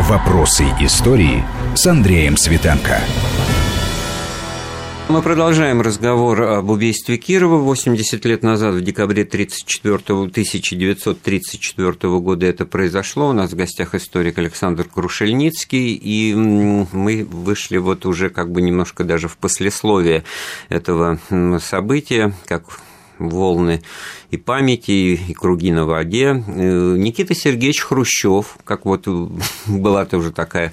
Вопросы истории с Андреем Светенко. Мы продолжаем разговор об убийстве Кирова. 80 лет назад, в декабре 1934 года это произошло. У нас в гостях историк Александр Крушельницкий, и мы вышли вот уже как бы немножко даже в послесловие этого события, как волны и памяти, и круги на воде. Никита Сергеевич Хрущев, как вот была тоже такая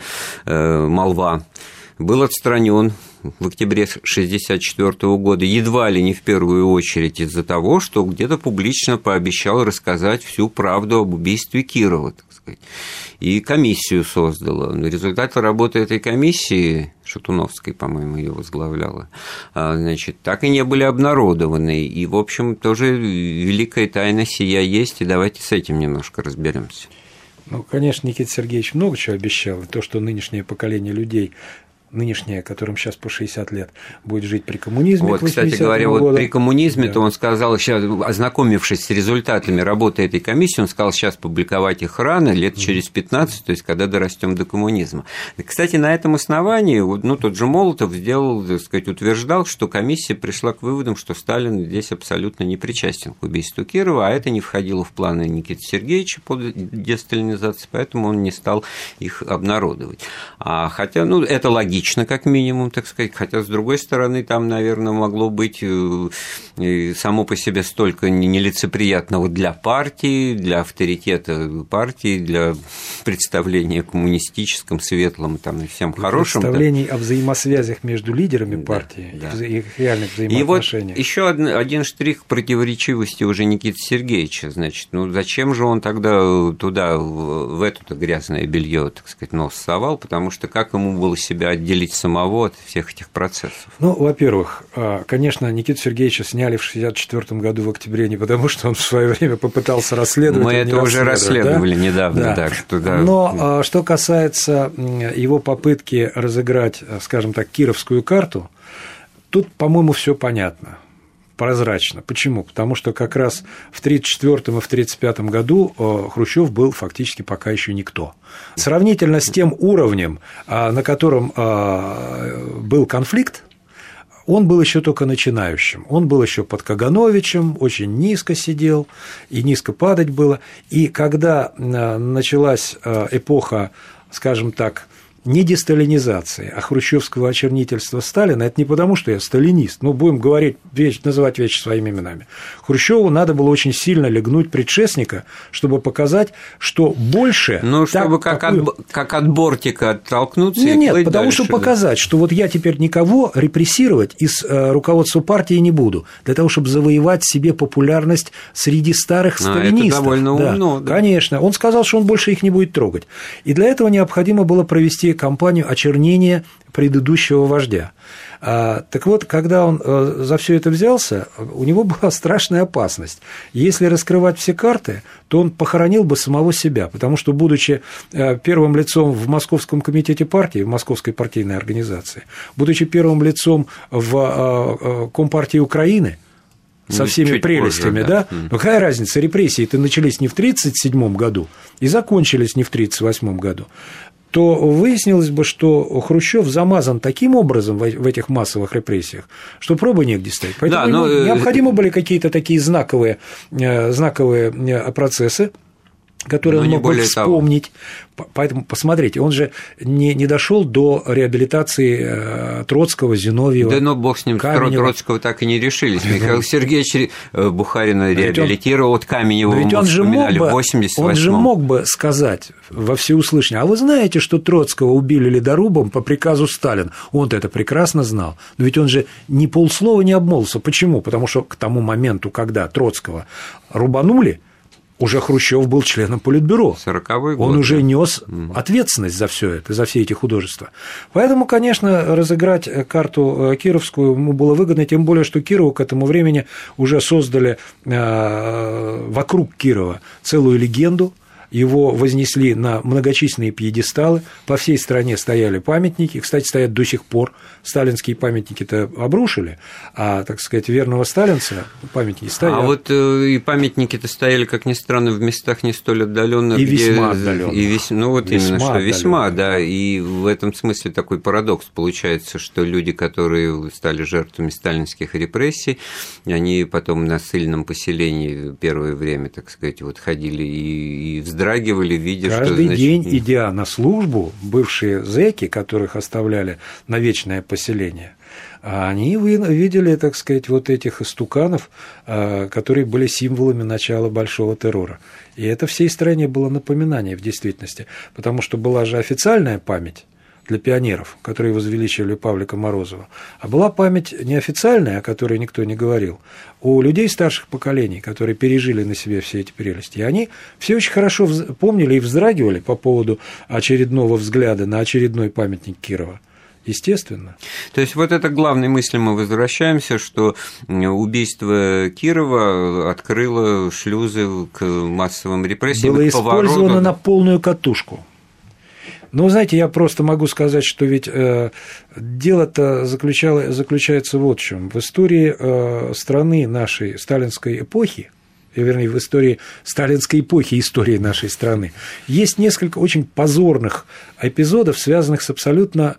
молва, был отстранен в октябре 1964 года едва ли не в первую очередь из-за того, что где-то публично пообещал рассказать всю правду об убийстве Кирова, так сказать. И комиссию создала. Результаты работы этой комиссии, Шатуновской, по-моему, ее возглавляла, значит, так и не были обнародованы. И, в общем, тоже великая тайна сия есть, и давайте с этим немножко разберемся. Ну, конечно, Никита Сергеевич много чего обещал. То, что нынешнее поколение людей, нынешнее, которым сейчас по 60 лет, будет жить при коммунизме. Вот, кстати говоря, вот при коммунизме-то он сказал, сейчас, ознакомившись с результатами работы этой комиссии, он сказал, сейчас публиковать их рано, лет через 15, то есть когда дорастем до коммунизма. И, кстати, на этом основании, ну, тот же Молотов сделал, так сказать, утверждал, что комиссия пришла к выводам, что Сталин здесь абсолютно не причастен к убийству Кирова, а это не входило в планы Никиты Сергеевича по десталинизации, поэтому он не стал их обнародовать. Хотя, ну, это логично, как минимум, так сказать, хотя, с другой стороны, там, наверное, могло быть само по себе столько нелицеприятного для партии, для авторитета партии, для представления о коммунистическом, светлом там, и всем хорошем. Представлений о взаимосвязях между лидерами партии, и их реальных взаимоотношениях. И вот еще один штрих противоречивости уже Никиты Сергеевича, значит, ну зачем же он тогда туда, в это грязное белье, так сказать, нос совал, потому что как ему было себя отделить самого от всех этих процессов? Ну, во-первых, конечно, Никиту Сергеевича сняли в 1964 году в октябре не потому, что он в свое время попытался расследовать. Мы это уже расследовали недавно. Да. Так что, да. Но что касается его попытки разыграть, скажем так, кировскую карту, тут, по-моему, все понятно. Прозрачно. Почему? Потому что как раз в 1934 и в 1935 году Хрущев был фактически пока еще никто. Сравнительно с тем уровнем, на котором был конфликт, он был еще только начинающим. Он был еще под Кагановичем, очень низко сидел, и низко падать было. И когда началась эпоха, скажем так, не десталинизации, а хрущевского очернительства Сталина, это не потому, что я сталинист, но будем говорить, называть вещи своими именами. Хрущеву надо было очень сильно легнуть предшественника, чтобы показать, что больше... Ну, чтобы как от бортика оттолкнуться и Нет, потому дальше, что показать, что вот я теперь никого репрессировать из руководства партии не буду, для того, чтобы завоевать себе популярность среди старых сталинистов. Это довольно умно. Да. Конечно. Он сказал, что он больше их не будет трогать. И для этого необходимо было провести кампанию очернения предыдущего вождя. Так вот, когда он за все это взялся, у него была страшная опасность. Если раскрывать все карты, то он похоронил бы самого себя, потому что, будучи первым лицом в Московском комитете партии, в Московской партийной организации, будучи первым лицом в Компартии Украины, со всеми прелестями, позже, да? Но какая разница, репрессии-то начались не в 1937 году и закончились не в 1938 году, то выяснилось бы, что Хрущев замазан таким образом в этих массовых репрессиях, что пробы негде ставить. Поэтому необходимы были какие-то такие знаковые процессы, которые он мог бы вспомнить. Поэтому, посмотрите, он же не дошел до реабилитации Троцкого, Зиновьева. Да, но бог с ним, Каменева. Троцкого так и не решились. Михаил Сергеевич Бухарина реабилитировал, от Каменева мы вспоминали в 88-м. Он же мог бы сказать во всеуслышание: а вы знаете, что Троцкого убили ледорубом по приказу Сталина? Он-то это прекрасно знал. Но ведь он же ни полслова не обмолвился. Почему? Потому что к тому моменту, когда Троцкого рубанули, уже Хрущев был членом Политбюро. 40-й год. Он уже нес ответственность за все это, за все эти художества. Поэтому, конечно, разыграть карту кировскую ему было выгодно, тем более, что Кирову к этому времени уже создали вокруг Кирова целую легенду. его вознесли на многочисленные пьедесталы, по всей стране стояли памятники, кстати, стоят до сих пор, сталинские памятники-то обрушили, а, так сказать, верного сталинца памятники стоят. А вот и памятники-то стояли, как ни странно, в местах не столь отдаленных. И весьма отдаленных. Ну, вот весьма именно, что весьма, да, да. И в этом смысле такой парадокс получается, что люди, которые стали жертвами сталинских репрессий, они потом на ссыльном поселении первое время, так сказать, вот ходили и вздрагивали, видя, что... Каждый день, идя на службу, бывшие зэки, которых оставляли на вечное поселение, они видели, так сказать, вот этих истуканов, которые были символами начала Большого террора. И это всей стране было напоминание в действительности, потому что была же официальная память для пионеров, которые возвеличивали Павлика Морозова, а была память неофициальная, о которой никто не говорил, у людей старших поколений, которые пережили на себе все эти прелести. И они все очень хорошо помнили и вздрагивали по поводу очередного взгляда на очередной памятник Кирова. Естественно. То есть вот это к главной мысли мы возвращаемся, что убийство Кирова открыло шлюзы к массовым репрессиям. Было использовано на полную катушку. Но, знаете, я просто могу сказать, что ведь дело-то заключается вот в чем. В истории страны нашей сталинской эпохи, вернее, в истории сталинской эпохи истории нашей страны, есть несколько очень позорных эпизодов, связанных с абсолютно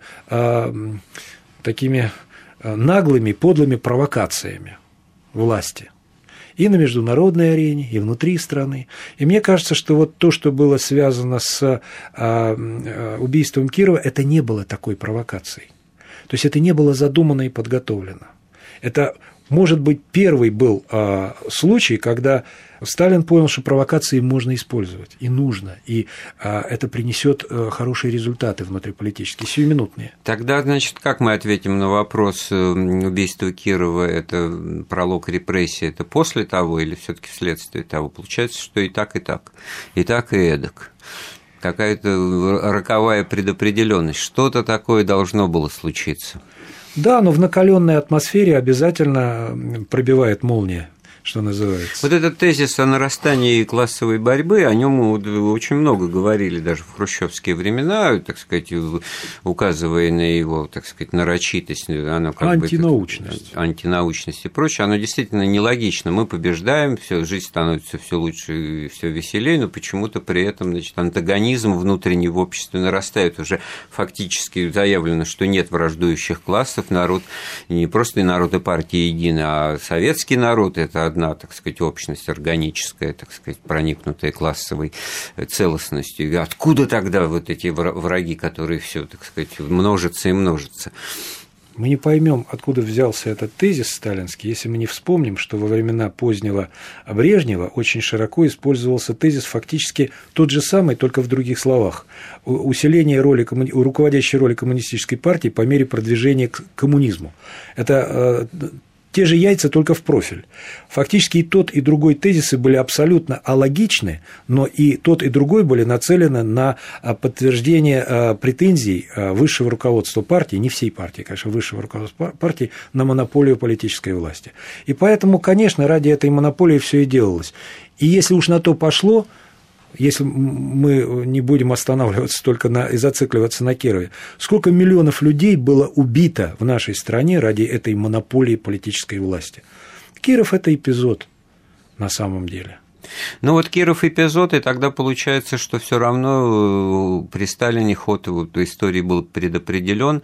такими наглыми, подлыми провокациями власти. И на международной арене, и внутри страны. И мне кажется, что вот то, что было связано с убийством Кирова, это не было такой провокацией. То есть это не было задумано и подготовлено. Это, может быть, первый был случай, когда Сталин понял, что провокации можно использовать, и нужно, и это принесет хорошие результаты внутриполитические, сиюминутные. Тогда, значит, как мы ответим на вопрос убийства Кирова, это пролог репрессий, это после того или все-таки вследствие того? Получается, что и так, и эдак. Какая-то роковая предопределенность, что-то такое должно было случиться. Да, но в накаленной атмосфере обязательно пробивает молния, что называется. Вот этот тезис о нарастании классовой борьбы, о нем очень много говорили даже в хрущевские времена, так сказать, указывая на его, так сказать, нарочитость, оно как антинаучность. Антинаучность и прочее, оно действительно нелогично. Мы побеждаем, жизнь становится все лучше и все веселее, но почему-то при этом, значит, антагонизм внутренний в обществе нарастает. Уже фактически заявлено, что нет враждующих классов, народ, не просто народ и партия едины, а советский народ – это одна, так сказать, общность органическая, так сказать, проникнутая классовой целостностью. И откуда тогда вот эти враги, которые все, так сказать, множатся и множатся? Мы не поймем, откуда взялся этот тезис сталинский, если мы не вспомним, что во времена позднего Брежнева очень широко использовался тезис фактически тот же самый, только в других словах. Усиление руководящей роли коммунистической партии по мере продвижения к коммунизму. Это те же яйца, только в профиль. Фактически и тот, и другой тезисы были абсолютно алогичны, но и тот, и другой были нацелены на подтверждение претензий высшего руководства партии, не всей партии, конечно, высшего руководства партии, на монополию политической власти. И поэтому, конечно, ради этой монополии все и делалось. И если уж на то пошло, если мы не будем останавливаться только и зацикливаться на Кирове, сколько миллионов людей было убито в нашей стране ради этой монополии политической власти? Киров – это эпизод на самом деле. Ну вот Киров эпизод, и тогда получается, что все равно при Сталине ход истории был предопределен,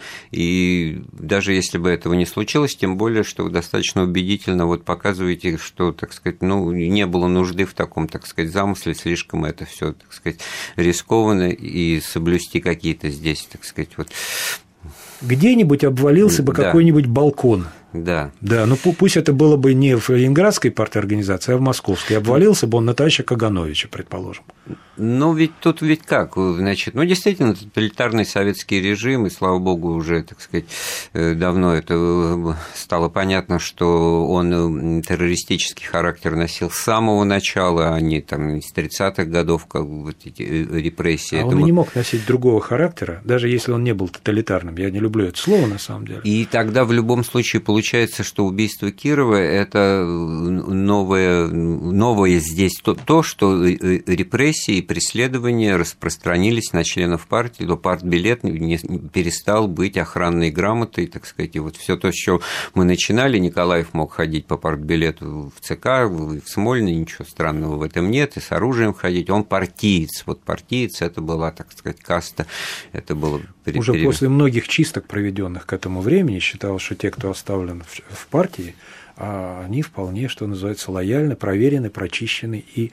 и даже если бы этого не случилось, тем более, что вы достаточно убедительно вот показываете, что, так сказать, не было нужды в таком, так сказать, замысле, слишком это все, так сказать, рискованно, и соблюсти какие-то здесь, так сказать, вот... Где-нибудь обвалился бы какой-нибудь балкон. Да. Да, ну пусть это было бы не в Ленинградской парторганизации, а в Московской. Обвалился бы он на товарища Кагановича, предположим. Ну, ведь тут как, значит, действительно, тоталитарный советский режим, и, слава богу, уже, так сказать, давно это стало понятно, что он террористический характер носил с самого начала, а не там из 30-х годов, как вот эти репрессии. А он и не мог носить другого характера, даже если он не был тоталитарным. Я не люблю это слово, на самом деле. И тогда в любом случае получается, получается, что убийство Кирова – это новое здесь то, что репрессии и преследования распространились на членов партии, то партбилет перестал быть охранной грамотой, так сказать, и вот все то, с чего мы начинали, Николаев мог ходить по партбилету в ЦК, в Смольный, ничего странного в этом нет, и с оружием ходить, он партиец, вот партиец – это была, так сказать, каста, это было… Уже после многих чисток, проведенных к этому времени, считалось, что те, кто оставлен в партии, они вполне, что называется, лояльны, проверены, прочищены и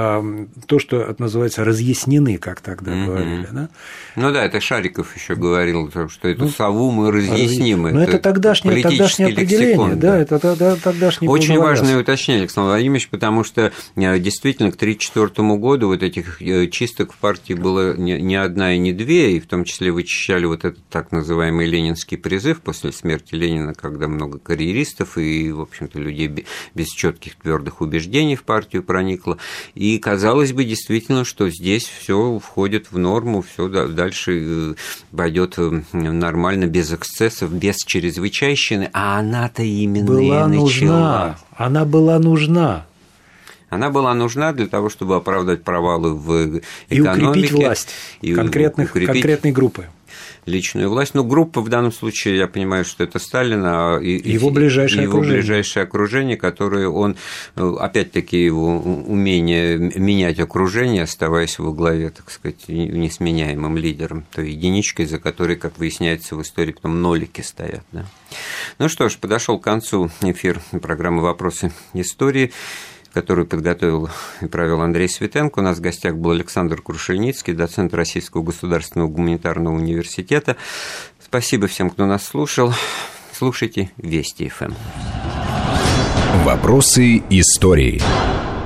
то, что это называется, разъяснены, как тогда говорили. Да? Ну да, это Шариков еще говорил, что эту сову мы разъясним. Но это тогдашнее определение, лексикон, да, это тогдашнее. Очень важное уточнение, Александр Владимирович, потому что действительно к 1934 году вот этих чисток в партии было не одна и не две, и в том числе вычищали вот этот так называемый ленинский призыв после смерти Ленина, когда много карьеристов и, в общем-то, людей без четких твердых убеждений в партию проникло. И казалось бы, действительно, что здесь все входит в норму, все дальше пойдет нормально, без эксцессов, без чрезвычайщины, а она-то именно была и начала. Она была нужна. Она была нужна для того, чтобы оправдать провалы в экономике. И укрепить власть конкретной группы. Личную власть. Ну, группа в данном случае, я понимаю, что это Сталин, его ближайшее окружение, которое он, опять-таки, его умение менять окружение, оставаясь во главе, так сказать, несменяемым лидером, той единичкой, за которой, как выясняется в истории, потом нолики стоят. Да? Ну что ж, подошел к концу эфир программы «Вопросы истории», которую подготовил и провел Андрей Светенко. У нас в гостях был Александр Крушельницкий, доцент Российского государственного гуманитарного университета. Спасибо всем, кто нас слушал. Слушайте Вести ФМ. Вопросы истории.